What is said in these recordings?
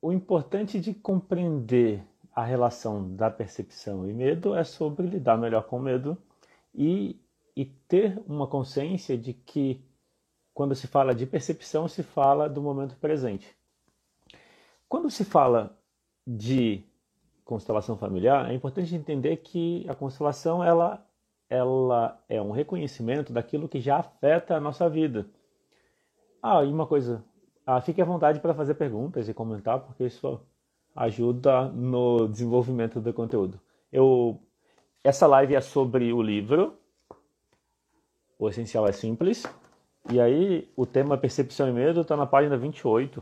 O importante de compreender a relação da percepção e medo é sobre lidar melhor com o medo e, e ter uma consciência de que quando se fala de percepção, se fala do momento presente. Quando se fala de constelação familiar, é importante entender que a constelação ela é um reconhecimento daquilo que já afeta a nossa vida. E uma coisa, fique à vontade para fazer perguntas e comentar, porque isso ajuda no desenvolvimento do conteúdo. Essa live é sobre o livro O Essencial é Simples, e aí o tema Percepção e Medo está na página 28.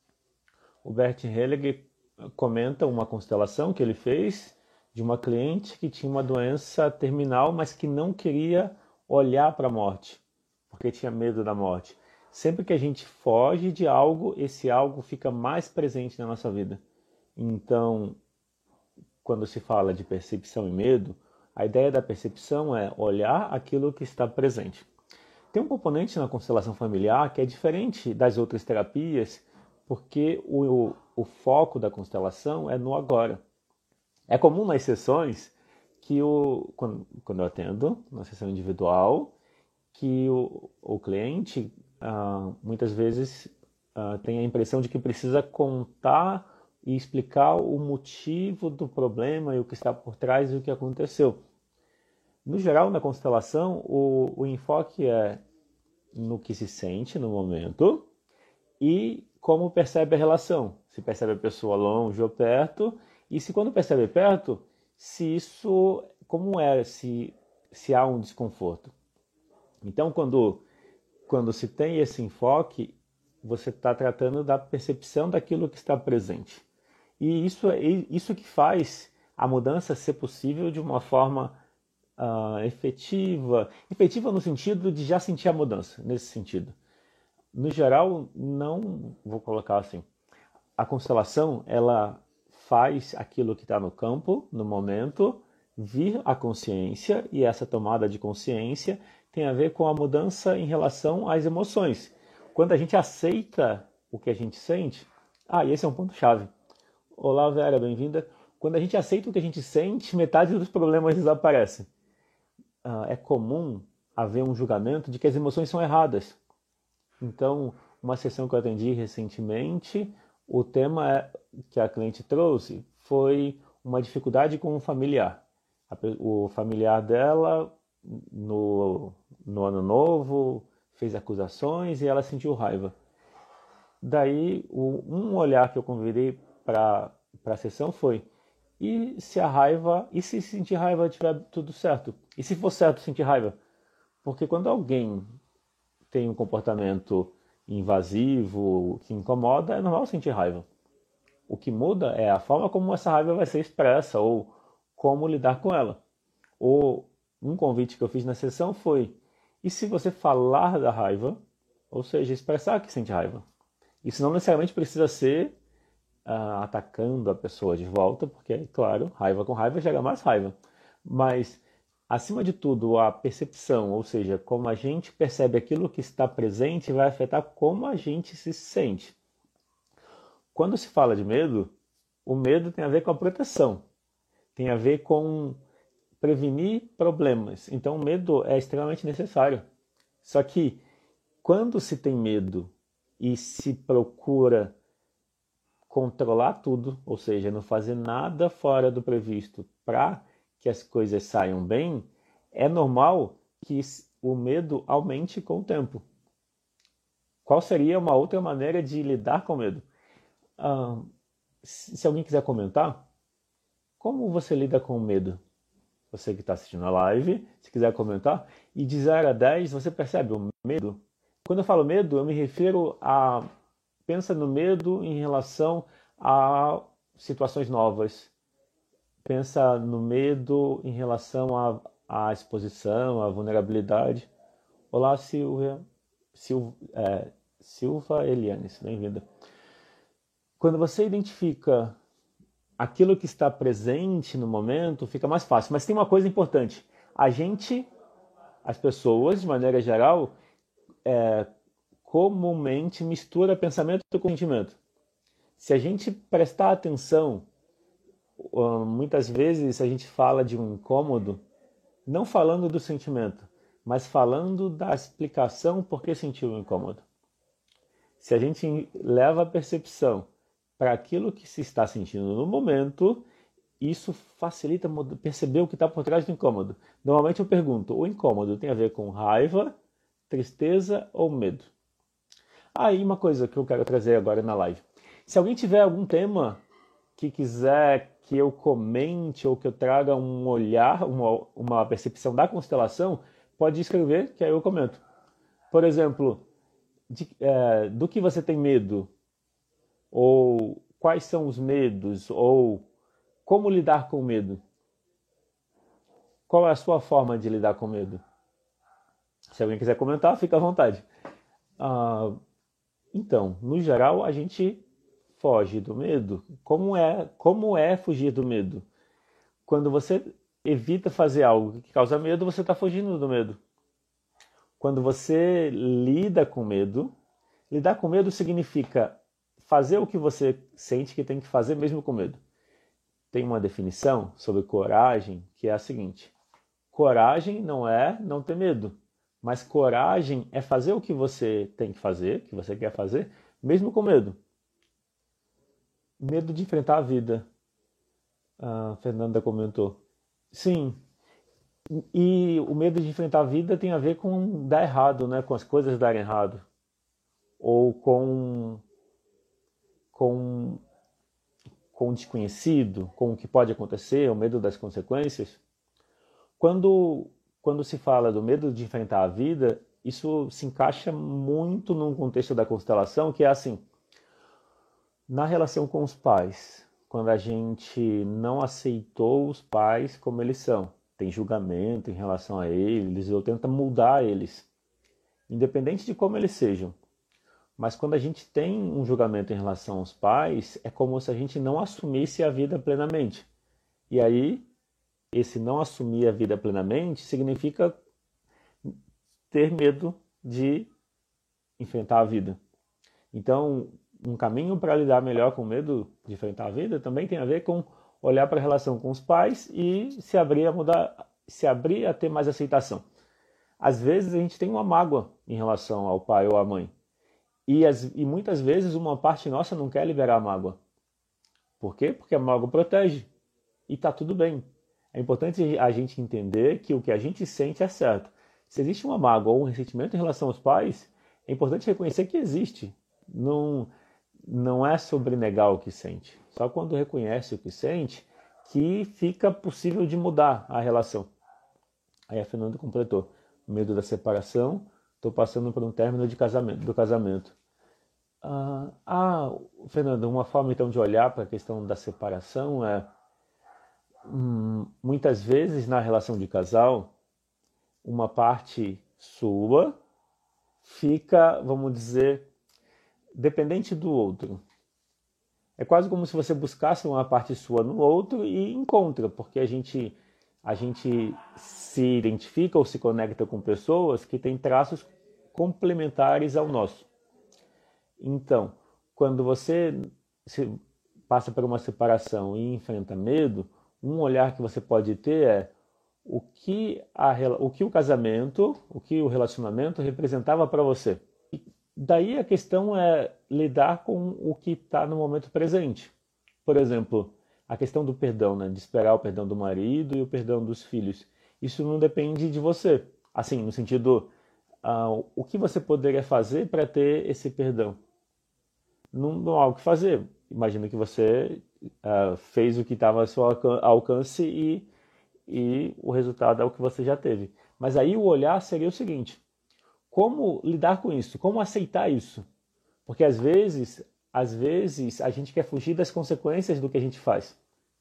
O Bert Hellinger comenta uma constelação que ele fez de uma cliente que tinha uma doença terminal, mas que não queria olhar para a morte, porque tinha medo da morte. Sempre que a gente foge de algo, esse algo fica mais presente na nossa vida. Então, quando se fala de percepção e medo, a ideia da percepção é olhar aquilo que está presente. Tem um componente na constelação familiar que é diferente das outras terapias, porque o foco da constelação é no agora. É comum nas sessões que quando eu atendo, na sessão individual, que o cliente muitas vezes tem a impressão de que precisa contar e explicar o motivo do problema e o que está por trás e o que aconteceu. No geral, na constelação, o enfoque é no que se sente no momento e como percebe a relação. Se percebe a pessoa longe ou perto, e se quando percebe perto, como é, se há um desconforto. Então, quando se tem esse enfoque, você está tratando da percepção daquilo que está presente. E isso que faz a mudança ser possível de uma forma efetiva no sentido de já sentir a mudança, nesse sentido. No geral, não vou colocar assim. A constelação, ela faz aquilo que está no campo, no momento, vir à consciência, e essa tomada de consciência tem a ver com a mudança em relação às emoções. Quando a gente aceita o que a gente sente, e esse é um ponto-chave. Olá, Vera, bem-vinda. Quando a gente aceita o que a gente sente, metade dos problemas desaparecem. É comum haver um julgamento de que as emoções são erradas. Então, uma sessão que eu atendi recentemente, o tema que a cliente trouxe foi uma dificuldade com um familiar. O familiar dela, no ano novo, fez acusações e ela sentiu raiva. Daí, um olhar que eu convidei para a sessão foi: e se sentir raiva tiver tudo certo? E se for certo sentir raiva? Porque quando alguém tem um comportamento invasivo, que incomoda, é normal sentir raiva. O que muda é a forma como essa raiva vai ser expressa ou como lidar com ela. Um convite que eu fiz na sessão foi: e se você falar da raiva, ou seja, expressar que sente raiva? Isso não necessariamente precisa ser atacando a pessoa de volta, porque, claro, raiva com raiva gera mais raiva. Mas, acima de tudo, a percepção, ou seja, como a gente percebe aquilo que está presente, vai afetar como a gente se sente. Quando se fala de medo, o medo tem a ver com a proteção, tem a ver com prevenir problemas. Então, o medo é extremamente necessário. Só que, quando se tem medo e se procura controlar tudo, ou seja, não fazer nada fora do previsto para que as coisas saiam bem, é normal que o medo aumente com o tempo. Qual seria uma outra maneira de lidar com o medo? Se alguém quiser comentar, como você lida com o medo? Você que está assistindo a live, se quiser comentar, e de 0 a 10 você percebe o medo? Quando eu falo medo, eu me refiro a... Pensa no medo em relação a situações novas. Pensa no medo em relação à exposição, à vulnerabilidade. Olá, Silva Elianes, bem-vinda. Quando você identifica aquilo que está presente no momento, fica mais fácil. Mas tem uma coisa importante. As pessoas, de maneira geral, comumente mistura pensamento com sentimento. Se a gente prestar atenção, muitas vezes a gente fala de um incômodo, não falando do sentimento, mas falando da explicação por que sentiu o incômodo. Se a gente leva a percepção para aquilo que se está sentindo no momento, isso facilita perceber o que está por trás do incômodo. Normalmente eu pergunto, o incômodo tem a ver com raiva, tristeza ou medo? Aí uma coisa que eu quero trazer agora na live. Se alguém tiver algum tema que quiser que eu comente ou que eu traga um olhar, uma percepção da constelação, pode escrever que aí eu comento. Por exemplo, do que você tem medo? Ou quais são os medos? Ou como lidar com o medo? Qual é a sua forma de lidar com o medo? Se alguém quiser comentar, fica à vontade. Então, no geral, a gente foge do medo. Como é fugir do medo? Quando você evita fazer algo que causa medo, você está fugindo do medo. Quando você lida com medo, lidar com medo significa fazer o que você sente que tem que fazer mesmo com medo. Tem uma definição sobre coragem que é a seguinte: coragem não é não ter medo, mas coragem é fazer o que você tem que fazer, que você quer fazer, mesmo com medo. Medo de enfrentar a vida. A Fernanda comentou. Sim. E o medo de enfrentar a vida tem a ver com dar errado, né? Com as coisas darem errado. Ou com o desconhecido, com o que pode acontecer, o medo das consequências. Quando se fala do medo de enfrentar a vida, isso se encaixa muito num contexto da constelação, que é assim, na relação com os pais, quando a gente não aceitou os pais como eles são, tem julgamento em relação a eles, ou tenta mudar eles, independente de como eles sejam. Mas quando a gente tem um julgamento em relação aos pais, é como se a gente não assumisse a vida plenamente. E aí, esse não assumir a vida plenamente significa ter medo de enfrentar a vida. Então, um caminho para lidar melhor com o medo de enfrentar a vida também tem a ver com olhar para a relação com os pais e se abrir a mudar, se abrir a ter mais aceitação. Às vezes a gente tem uma mágoa em relação ao pai ou à mãe. E muitas vezes uma parte nossa não quer liberar a mágoa. Por quê? Porque a mágoa protege. E está tudo bem. É importante a gente entender que o que a gente sente é certo. Se existe uma mágoa ou um ressentimento em relação aos pais, é importante reconhecer que existe. Não é sobre negar o que sente. Só quando reconhece o que sente que fica possível de mudar a relação. Aí a Fernanda completou. Medo da separação, estou passando por um término do casamento. Fernanda, uma forma então de olhar para a questão da separação é muitas vezes na relação de casal, uma parte sua fica, vamos dizer, dependente do outro. É quase como se você buscasse uma parte sua no outro e encontra, porque a gente se identifica ou se conecta com pessoas que têm traços complementares ao nosso. Então, quando você passa por uma separação e enfrenta medo, um olhar que você pode ter é o que o casamento, o que o relacionamento representava para você. E daí a questão é lidar com o que está no momento presente. Por exemplo, a questão do perdão, né? De esperar o perdão do marido e o perdão dos filhos. Isso não depende de você. Assim, no sentido, o que você poderia fazer para ter esse perdão? Não há o que fazer. Imagina que você fez o que estava ao seu alcance e o resultado é o que você já teve. Mas aí o olhar seria o seguinte: como lidar com isso? Como aceitar isso? Porque às vezes a gente quer fugir das consequências do que a gente faz.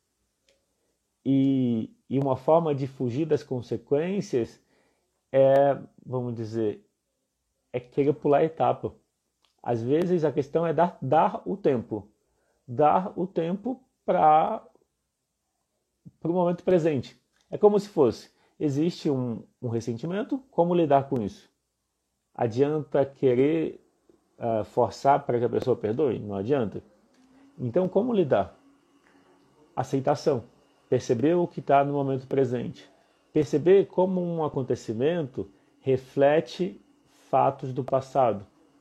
E uma forma de fugir das consequências é, vamos dizer, é querer pular a etapa. Às vezes a questão é dar o tempo. Dar o tempo para o momento presente. É como se fosse, existe um ressentimento, como lidar com isso? Adianta querer forçar para que a pessoa perdoe? Não adianta. Então, como lidar? Aceitação. Perceber o que está no momento presente. Perceber como um acontecimento reflete fatos do passado.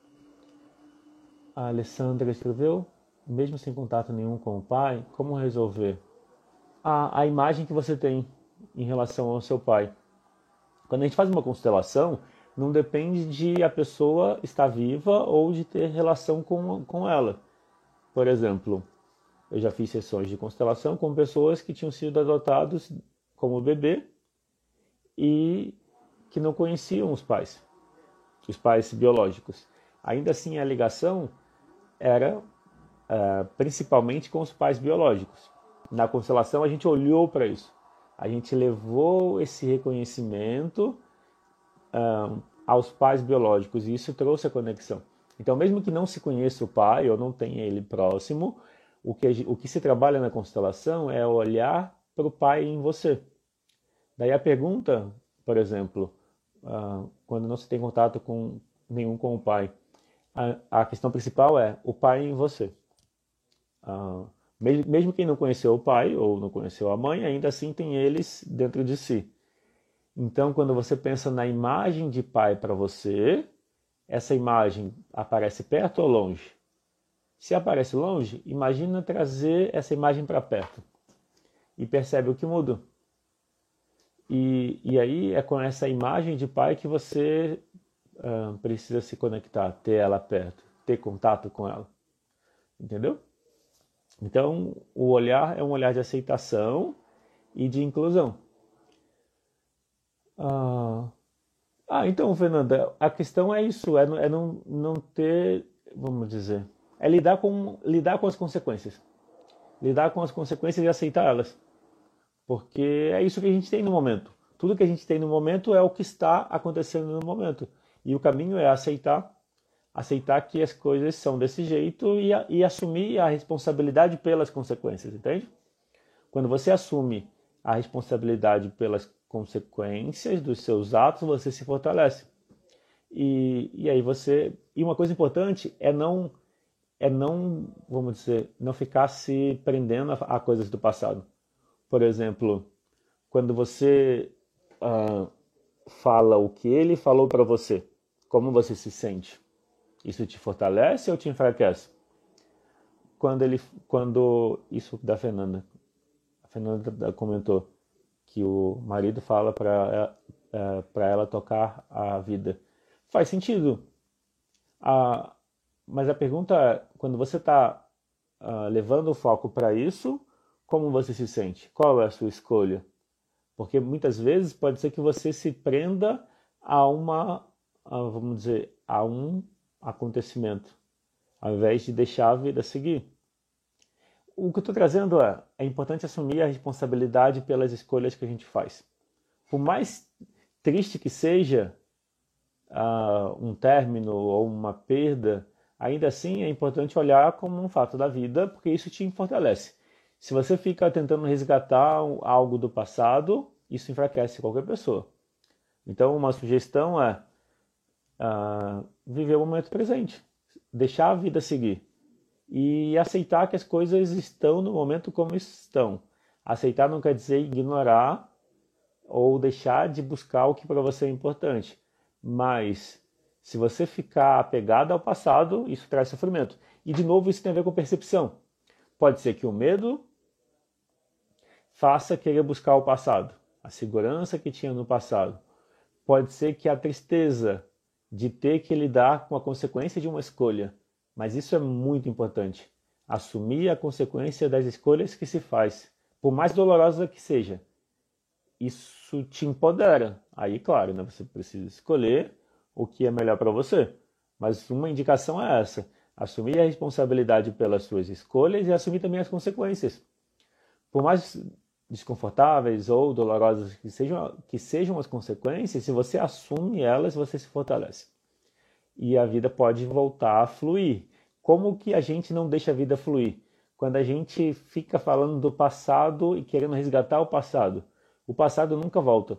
A Alessandra escreveu, mesmo sem contato nenhum com o pai, como resolver? A imagem que você tem em relação ao seu pai. Quando a gente faz uma constelação, não depende de a pessoa estar viva ou de ter relação com ela. Por exemplo, eu já fiz sessões de constelação com pessoas que tinham sido adotados como bebê e que não conheciam os pais biológicos. Ainda assim, a ligação era principalmente com os pais biológicos. Na constelação, a gente olhou para isso. A gente levou esse reconhecimento aos pais biológicos e isso trouxe a conexão. Então, mesmo que não se conheça o pai ou não tenha ele próximo, o que se trabalha na constelação é olhar para o pai em você. Daí a pergunta, por exemplo, quando não se tem contato nenhum com o pai, a questão principal é o pai em você. Mesmo quem não conheceu o pai ou não conheceu a mãe, ainda assim tem eles dentro de si. Então, quando você pensa na imagem de pai para você, essa imagem aparece perto ou longe? Se aparece longe, imagina trazer essa imagem para perto e percebe o que muda. E aí é com essa imagem de pai que você precisa se conectar, ter ela perto, ter contato com ela. Entendeu? Então, o olhar é um olhar de aceitação e de inclusão. Então, Fernanda, a questão é isso, é não ter, vamos dizer, é lidar com as consequências. Lidar com as consequências e aceitar elas. Porque é isso que a gente tem no momento. Tudo que a gente tem no momento é o que está acontecendo no momento. E o caminho é aceitar que as coisas são desse jeito e assumir a responsabilidade pelas consequências, entende? Quando você assume a responsabilidade pelas consequências dos seus atos, você se fortalece. E aí você. E uma coisa importante é não, vamos dizer, não ficar se prendendo a coisas do passado. Por exemplo, quando você fala o que ele falou para você, como você se sente? Isso te fortalece ou te enfraquece? Quando isso da Fernanda, a Fernanda comentou que o marido fala para ela tocar a vida. Faz sentido. Mas a pergunta é, quando você está levando o foco para isso, como você se sente? Qual é a sua escolha? Porque muitas vezes pode ser que você se prenda vamos dizer, a um acontecimento, ao invés de deixar a vida seguir. O que eu estou trazendo é importante assumir a responsabilidade pelas escolhas que a gente faz. Por mais triste que seja um término ou uma perda, ainda assim é importante olhar como um fato da vida, porque isso te fortalece. Se você fica tentando resgatar algo do passado, isso enfraquece qualquer pessoa. Então, uma sugestão é viver o momento presente, deixar a vida seguir e aceitar que as coisas estão no momento como estão. Aceitar não quer dizer ignorar ou deixar de buscar o que para você é importante, mas se você ficar apegado ao passado, isso traz sofrimento. E de novo, isso tem a ver com percepção. Pode ser que o medo faça querer buscar o passado, a segurança que tinha no passado. Pode ser que a tristeza de ter que lidar com a consequência de uma escolha. Mas isso é muito importante. Assumir a consequência das escolhas que se faz, por mais dolorosa que seja. Isso te empodera. Aí, claro, né, você precisa escolher o que é melhor para você. Mas uma indicação é essa. Assumir a responsabilidade pelas suas escolhas e assumir também as consequências. Por mais desconfortáveis ou dolorosas que sejam as consequências, se você assume elas, você se fortalece. E a vida pode voltar a fluir. Como que a gente não deixa a vida fluir? Quando a gente fica falando do passado e querendo resgatar o passado nunca volta.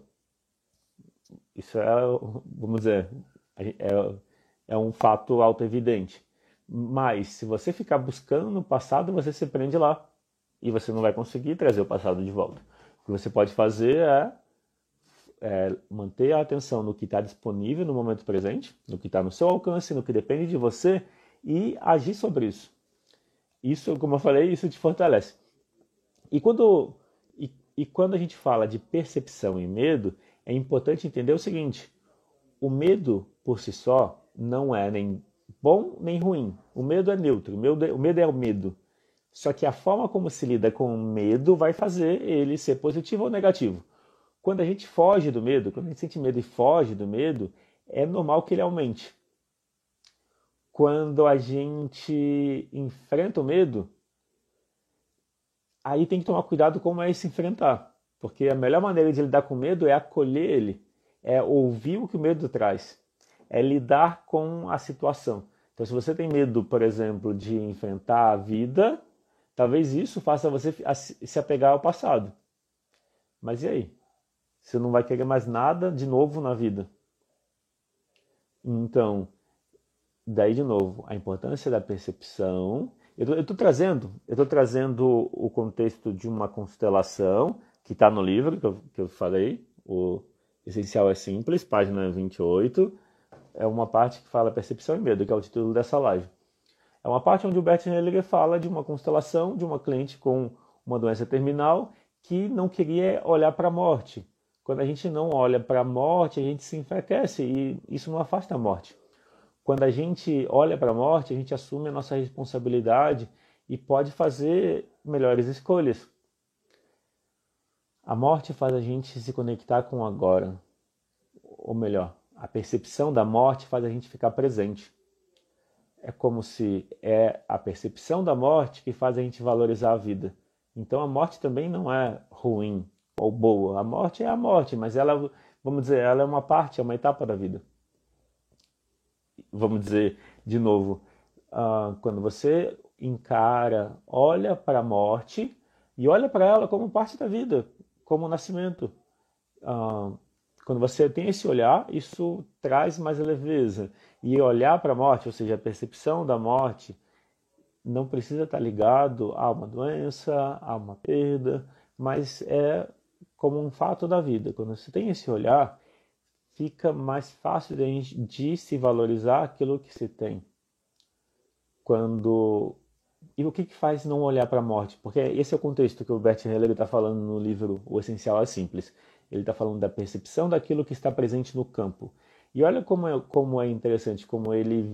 Isso é, vamos dizer, é um fato auto-evidente. Mas se você ficar buscando no passado, você se prende lá e você não vai conseguir trazer o passado de volta. O que você pode fazer é manter a atenção no que está disponível no momento presente, no que está no seu alcance, no que depende de você e agir sobre isso. Isso, como eu falei, isso te fortalece. E quando a gente fala de percepção e medo, é importante entender o seguinte: o medo por si só não é nem bom nem ruim. O medo é neutro, o medo é o medo. Só que a forma como se lida com o medo vai fazer ele ser positivo ou negativo. Quando a gente foge do medo, quando a gente sente medo e foge do medo, é normal que ele aumente. Quando a gente enfrenta o medo, aí tem que tomar cuidado como é se enfrentar. Porque a melhor maneira de lidar com o medo é acolher ele, é ouvir o que o medo traz, é lidar com a situação. Então, se você tem medo, por exemplo, de enfrentar a vida, talvez isso faça você se apegar ao passado. Mas e aí? Você não vai querer mais nada de novo na vida. Então, daí de novo, a importância da percepção. Eu estou trazendo o contexto de uma constelação que está no livro que eu falei, o Essencial é Simples, página 28. É uma parte que fala percepção e medo, que é o título dessa live. É uma parte onde o Bert Hellinger fala de uma constelação de uma cliente com uma doença terminal que não queria olhar para a morte. Quando a gente não olha para a morte, a gente se enfraquece e isso não afasta a morte. Quando a gente olha para a morte, a gente assume a nossa responsabilidade e pode fazer melhores escolhas. A morte faz a gente se conectar com o agora. Ou melhor, a percepção da morte faz a gente ficar presente. É como se é a percepção da morte que faz a gente valorizar a vida. Então a morte também não é ruim ou boa. A morte é a morte, mas ela, vamos dizer, ela é uma parte, é uma etapa da vida. Vamos dizer de novo, quando você encara, olha para a morte e olha para ela como parte da vida, como o nascimento. Quando você tem esse olhar, isso traz mais leveza. E olhar para a morte, ou seja, a percepção da morte, não precisa estar ligado a uma doença, a uma perda, mas é como um fato da vida. Quando você tem esse olhar, fica mais fácil de se valorizar aquilo que se tem. E o que faz não olhar para a morte? Porque esse é o contexto que o Bert Hellinger está falando no livro O Essencial é Simples. Ele está falando da percepção daquilo que está presente no campo. E olha como é interessante, como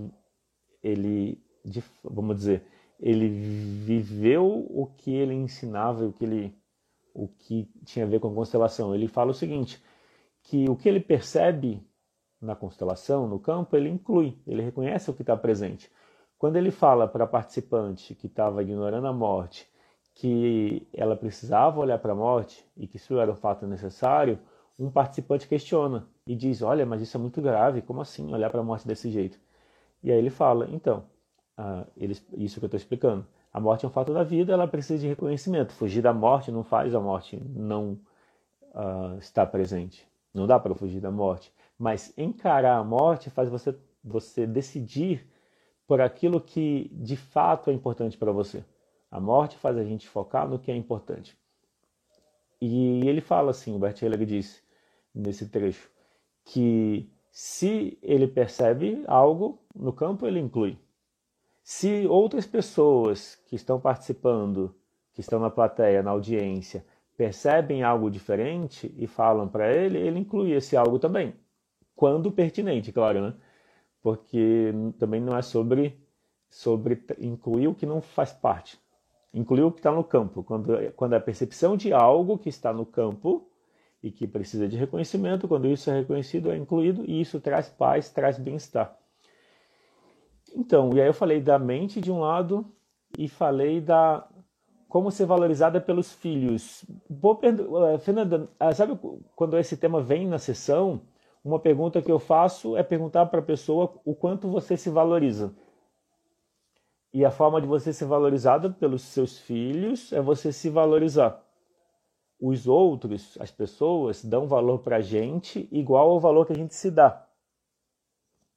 vamos dizer, ele viveu o que ele ensinava, o que tinha a ver com a constelação. Ele fala o seguinte, que o que ele percebe na constelação, no campo, ele inclui, ele reconhece o que está presente. Quando ele fala para a participante que estava ignorando a morte que ela precisava olhar para a morte e que isso era um fato necessário, um participante questiona e diz, olha, mas isso é muito grave, como assim olhar para a morte desse jeito? E aí ele fala, então, isso que eu estou explicando, a morte é um fato da vida, ela precisa de reconhecimento, fugir da morte não faz a morte não estar presente, não dá para fugir da morte, mas encarar a morte faz você decidir por aquilo que de fato é importante para você. A morte faz a gente focar no que é importante. E ele fala assim, o Bert Hellinger disse nesse trecho, que se ele percebe algo no campo, ele inclui. Se outras pessoas que estão participando, que estão na plateia, na audiência, percebem algo diferente e falam para ele, ele inclui esse algo também. Quando pertinente, claro, né? Porque também não é sobre incluir o que não faz parte. Incluir o que está no campo. Quando a percepção de algo que está no campo e que precisa de reconhecimento, quando isso é reconhecido, é incluído e isso traz paz, traz bem-estar. Então, e aí eu falei da mente de um lado e falei da como ser valorizada pelos filhos. Fernanda, sabe quando esse tema vem na sessão, uma pergunta que eu faço é perguntar para a pessoa o quanto você se valoriza. E a forma de você ser valorizada pelos seus filhos é você se valorizar. Os outros, as pessoas, dão valor para a gente igual ao valor que a gente se dá.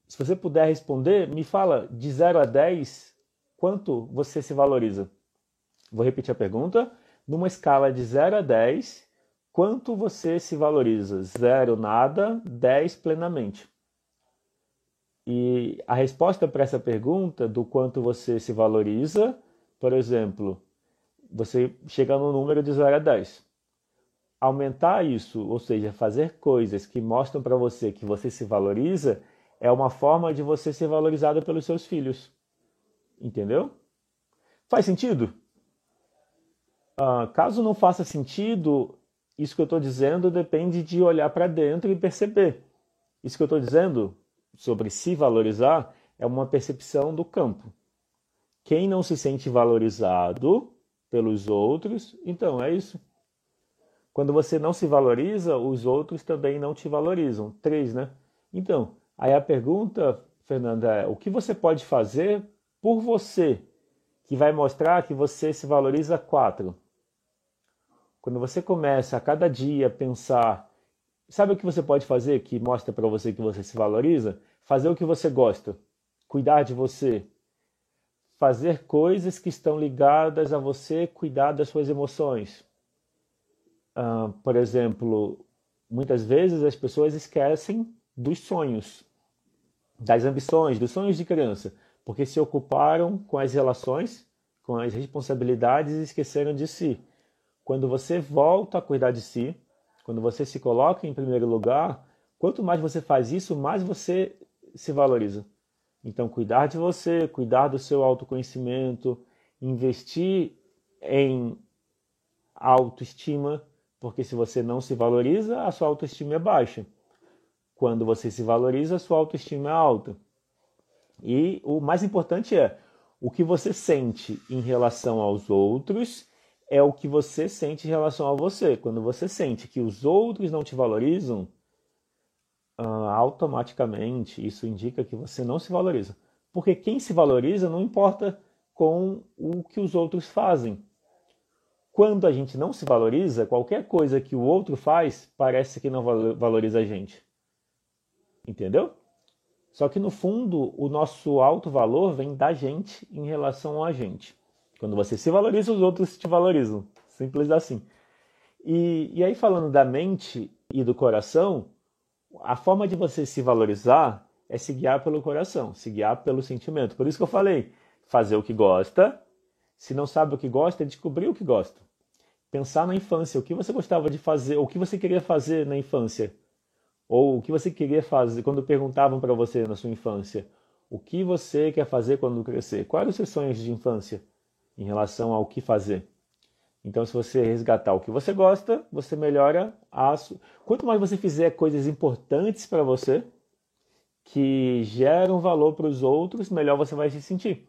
Se você puder responder, me fala de 0 a 10, quanto você se valoriza? Vou repetir a pergunta. Numa escala de 0 a 10, quanto você se valoriza? 0 nada, 10 plenamente. E a resposta para essa pergunta do quanto você se valoriza, por exemplo, você chega no número de 0 a 10. Aumentar isso, ou seja, fazer coisas que mostram para você que você se valoriza, é uma forma de você ser valorizado pelos seus filhos. Entendeu? Faz sentido? Caso não faça sentido, isso que eu estou dizendo depende de olhar para dentro e perceber. Isso que eu estou dizendo sobre se valorizar é uma percepção do campo. Quem não se sente valorizado pelos outros, então é isso. Quando você não se valoriza, os outros também não te valorizam. 3, né? Então, aí a pergunta, Fernanda, é: o que você pode fazer por você que vai mostrar que você se valoriza? 4. Quando você começa a cada dia a pensar, sabe o que você pode fazer que mostra para você que você se valoriza? Fazer o que você gosta, cuidar de você, fazer coisas que estão ligadas a você, cuidar das suas emoções. Por exemplo, muitas vezes as pessoas esquecem dos sonhos, das ambições, dos sonhos de criança, porque se ocuparam com as relações, com as responsabilidades e esqueceram de si. Quando você volta a cuidar de si, quando você se coloca em primeiro lugar, quanto mais você faz isso, mais você se valoriza. Então, cuidar de você, cuidar do seu autoconhecimento, investir em autoestima, porque se você não se valoriza, a sua autoestima é baixa. Quando você se valoriza, a sua autoestima é alta. E o mais importante é, o que você sente em relação aos outros é o que você sente em relação a você. Quando você sente que os outros não te valorizam, automaticamente isso indica que você não se valoriza. Porque quem se valoriza não importa com o que os outros fazem. Quando a gente não se valoriza, qualquer coisa que o outro faz parece que não valoriza a gente. Entendeu? Só que no fundo, o nosso alto valor vem da gente em relação a gente. Quando você se valoriza, os outros te valorizam. Simples assim. E aí, falando da mente e do coração, a forma de você se valorizar é se guiar pelo coração, se guiar pelo sentimento. Por isso que eu falei, fazer o que gosta. Se não sabe o que gosta, é descobrir o que gosta. Pensar na infância, o que você gostava de fazer, o que você queria fazer na infância. Ou o que você queria fazer quando perguntavam para você na sua infância. O que você quer fazer quando crescer? Quais eram os seus sonhos de infância em relação ao que fazer? Então, se você resgatar o que você gosta, você melhora Quanto mais você fizer coisas importantes para você, que geram valor para os outros, melhor você vai se sentir.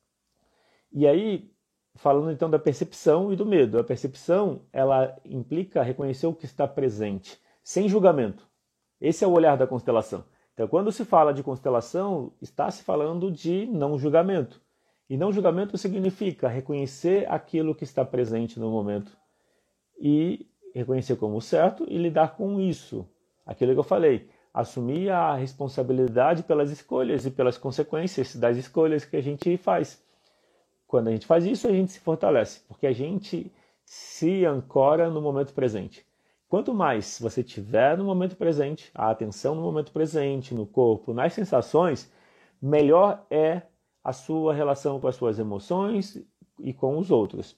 E aí, falando então da percepção e do medo. A percepção, ela implica reconhecer o que está presente, sem julgamento. Esse é o olhar da constelação. Então, quando se fala de constelação, está se falando de não julgamento. E não julgamento significa reconhecer aquilo que está presente no momento e reconhecer como certo e lidar com isso. Aquilo que eu falei, assumir a responsabilidade pelas escolhas e pelas consequências das escolhas que a gente faz. Quando a gente faz isso, a gente se fortalece, porque a gente se ancora no momento presente. Quanto mais você tiver no momento presente, a atenção no momento presente, no corpo, nas sensações, melhor é a sua relação com as suas emoções e com os outros.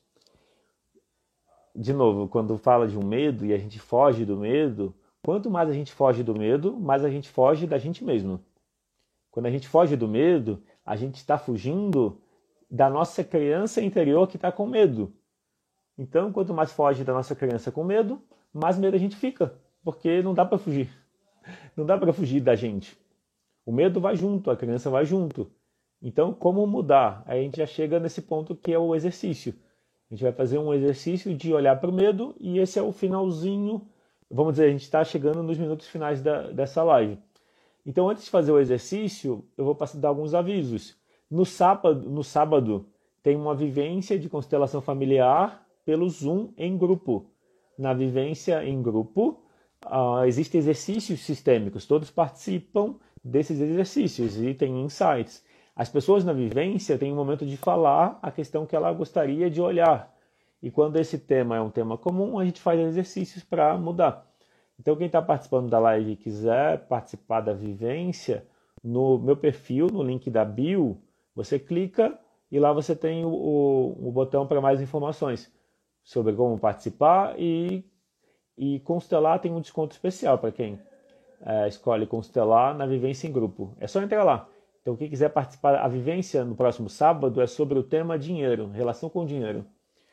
De novo, quando fala de um medo e a gente foge do medo, quanto mais a gente foge do medo, mais a gente foge da gente mesmo. Quando a gente foge do medo, a gente está fugindo da nossa criança interior que está com medo. Então, quanto mais foge da nossa criança com medo, mais medo a gente fica, porque não dá para fugir. Não dá para fugir da gente. O medo vai junto, a criança vai junto. Então, como mudar? Aí a gente já chega nesse ponto que é o exercício. A gente vai fazer um exercício de olhar para o medo e esse é o finalzinho. Vamos dizer, a gente está chegando nos minutos finais dessa live. Então, antes de fazer o exercício, eu vou dar alguns avisos. No sábado tem uma vivência de constelação familiar pelo Zoom em grupo. Na vivência em grupo, existem exercícios sistêmicos, todos participam desses exercícios e tem insights. As pessoas na vivência têm um momento de falar a questão que ela gostaria de olhar. E quando esse tema é um tema comum, a gente faz exercícios para mudar. Então, quem está participando da live e quiser participar da vivência, no meu perfil, no link da bio, você clica e lá você tem o botão para mais informações sobre como participar e Constelar tem um desconto especial para quem escolhe Constelar na vivência em grupo. É só entrar lá. Então, quem quiser participar, a vivência no próximo sábado é sobre o tema dinheiro, relação com dinheiro.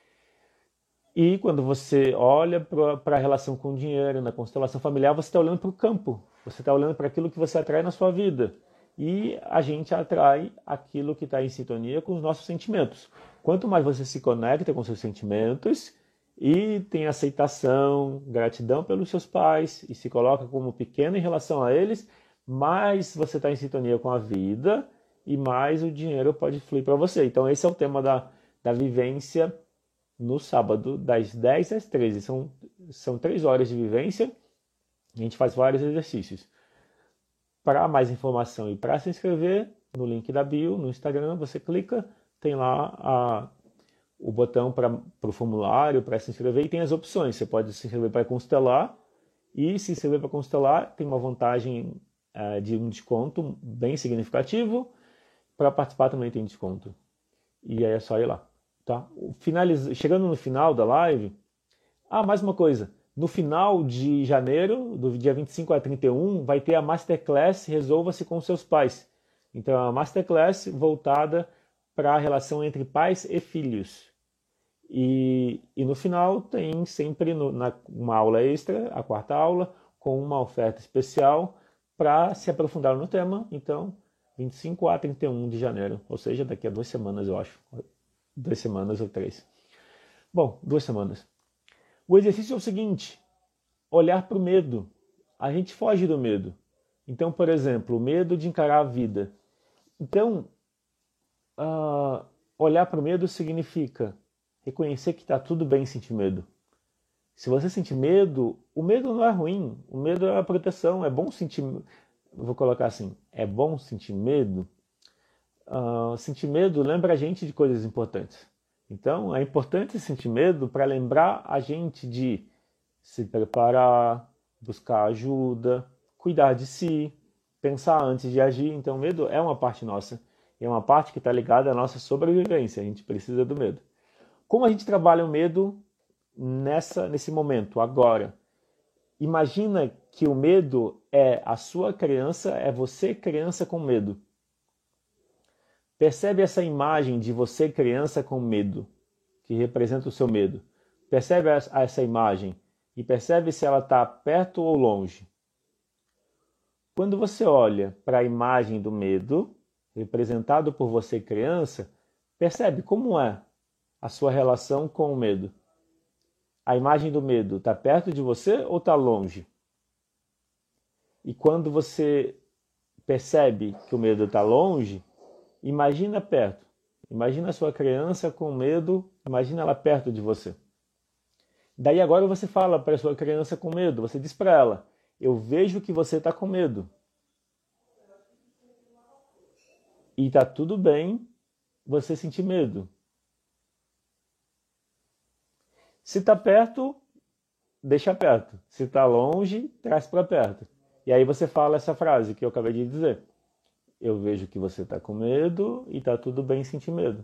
E quando você olha para a relação com o dinheiro, na constelação familiar, você está olhando para o campo, você está olhando para aquilo que você atrai na sua vida. E a gente atrai aquilo que está em sintonia com os nossos sentimentos. Quanto mais você se conecta com seus sentimentos e tem aceitação, gratidão pelos seus pais e se coloca como pequeno em relação a eles, mais você está em sintonia com a vida e mais o dinheiro pode fluir para você. Então esse é o tema da vivência no sábado, das 10 às 13. São 3 horas de vivência. A gente faz vários exercícios. Para mais informação e para se inscrever, no link da bio, no Instagram, você clica, tem lá o botão para o formulário, para se inscrever, e tem as opções. Você pode se inscrever para Constelar, e se inscrever para Constelar tem uma vantagem de um desconto bem significativo. Para participar também tem desconto. E aí é só ir lá. Tá? Chegando no final da live, mais uma coisa. No final de janeiro, do dia 25 a 31, vai ter a Masterclass Resolva-se com seus pais. Então, é uma Masterclass voltada para a relação entre pais e filhos. E no final tem sempre uma aula extra, a 4ª aula, com uma oferta especial para se aprofundar no tema. Então, 25 a 31 de janeiro, ou seja, daqui a 2 semanas, eu acho. 2 semanas ou 3. Bom, 2 semanas. O exercício é o seguinte: olhar para o medo. A gente foge do medo. Então, por exemplo, o medo de encarar a vida. Então, olhar para o medo significa reconhecer que está tudo bem sentir medo. Se você sentir medo, o medo não é ruim. O medo é a proteção. É bom sentir. Vou colocar assim: é bom sentir medo. Sentir medo lembra a gente de coisas importantes. Então, é importante sentir medo para lembrar a gente de se preparar, buscar ajuda, cuidar de si, pensar antes de agir. Então, o medo é uma parte nossa. É uma parte que está ligada à nossa sobrevivência. A gente precisa do medo. Como a gente trabalha o medo nesse momento, agora? Imagina que o medo é a sua criança, é você criança com medo. Percebe essa imagem de você criança com medo, que representa o seu medo. Percebe essa imagem e percebe se ela está perto ou longe. Quando você olha para a imagem do medo, representado por você criança, percebe como é a sua relação com o medo. A imagem do medo está perto de você ou está longe? E quando você percebe que o medo está longe, imagina perto. Imagina a sua criança com medo, imagina ela perto de você. Daí agora você fala para a sua criança com medo, você diz para ela: eu vejo que você está com medo. E está tudo bem você sentir medo. Se está perto, deixa perto. Se está longe, traz para perto. E aí você fala essa frase que eu acabei de dizer: eu vejo que você está com medo e está tudo bem sentir medo.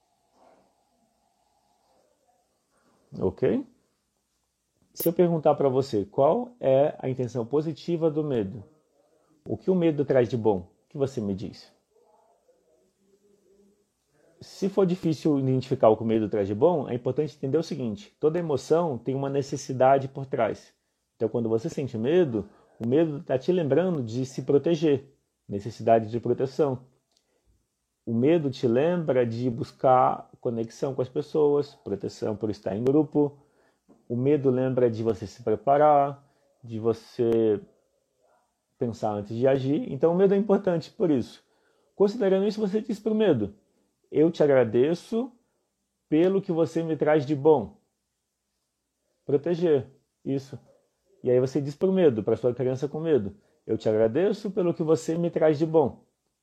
Ok? Se eu perguntar para você qual é a intenção positiva do medo, o que o medo traz de bom, o que você me diz? Se for difícil identificar o que o medo traz de bom, é importante entender o seguinte: toda emoção tem uma necessidade por trás. Então, quando você sente medo, o medo está te lembrando de se proteger, necessidade de proteção. O medo te lembra de buscar conexão com as pessoas, proteção por estar em grupo. O medo lembra de você se preparar, de você pensar antes de agir. Então, o medo é importante por isso. Considerando isso, você diz para o medo: eu te agradeço pelo que você me traz de bom. Proteger, isso. E aí você diz para o medo, para sua criança com medo: Eu te agradeço pelo que você me traz de bom.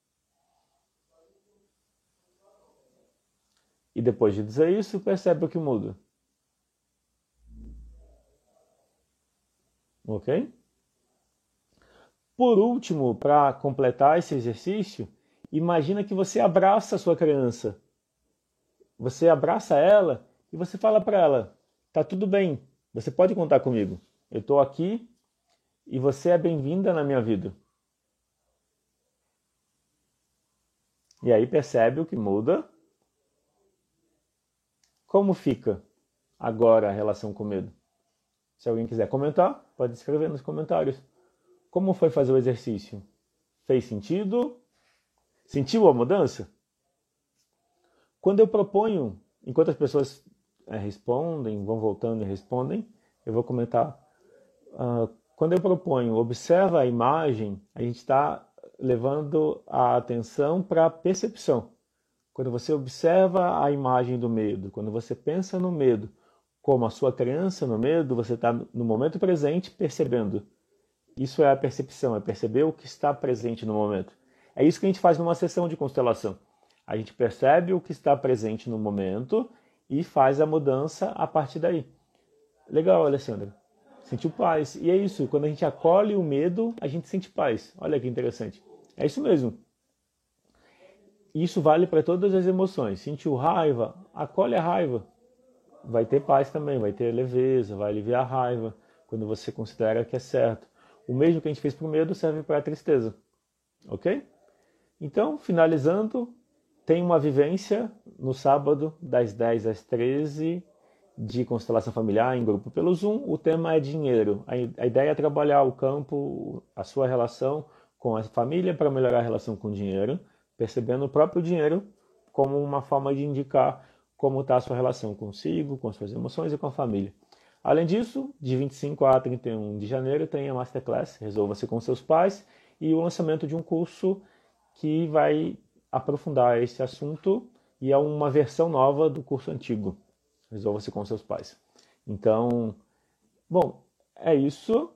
E depois de dizer isso, percebe o que muda. Ok? Por último, para completar esse exercício, imagina que você abraça a sua criança. Você abraça ela e você fala para ela: tá tudo bem, você pode contar comigo. Eu estou aqui e você é bem-vinda na minha vida. E aí percebe o que muda. Como fica agora a relação com medo? Se alguém quiser comentar, pode escrever nos comentários. Como foi fazer o exercício? Fez sentido? Sentiu a mudança? Quando eu proponho, enquanto as pessoas respondem, vão voltando e respondem, eu vou comentar. Quando eu proponho, observa a imagem, a gente está levando a atenção para a percepção. Quando você observa a imagem do medo, quando você pensa no medo, como a sua criança no medo, você está no momento presente percebendo. Isso é a percepção, é perceber o que está presente no momento. É isso que a gente faz numa sessão de constelação. A gente percebe o que está presente no momento e faz a mudança a partir daí. Legal, Alessandra. Sentiu paz. E é isso, quando a gente acolhe o medo, a gente sente paz. Olha que interessante. É isso mesmo. Isso vale para todas as emoções. Sentiu raiva, acolhe a raiva. Vai ter paz também, vai ter leveza, vai aliviar a raiva, quando você considera que é certo. O mesmo que a gente fez para o medo serve para a tristeza. Ok? Então, finalizando, tem uma vivência no sábado, das 10 às 13, de constelação familiar em grupo pelo Zoom. O tema é dinheiro. A ideia é trabalhar o campo, a sua relação com a família para melhorar a relação com o dinheiro, percebendo o próprio dinheiro como uma forma de indicar como está a sua relação consigo, com as suas emoções e com a família. Além disso, de 25 a 31 de janeiro tem a Masterclass Resolva-se com seus pais e o lançamento de um curso que vai aprofundar esse assunto e é uma versão nova do curso antigo, Resolva-se com seus pais. Então, bom, é isso.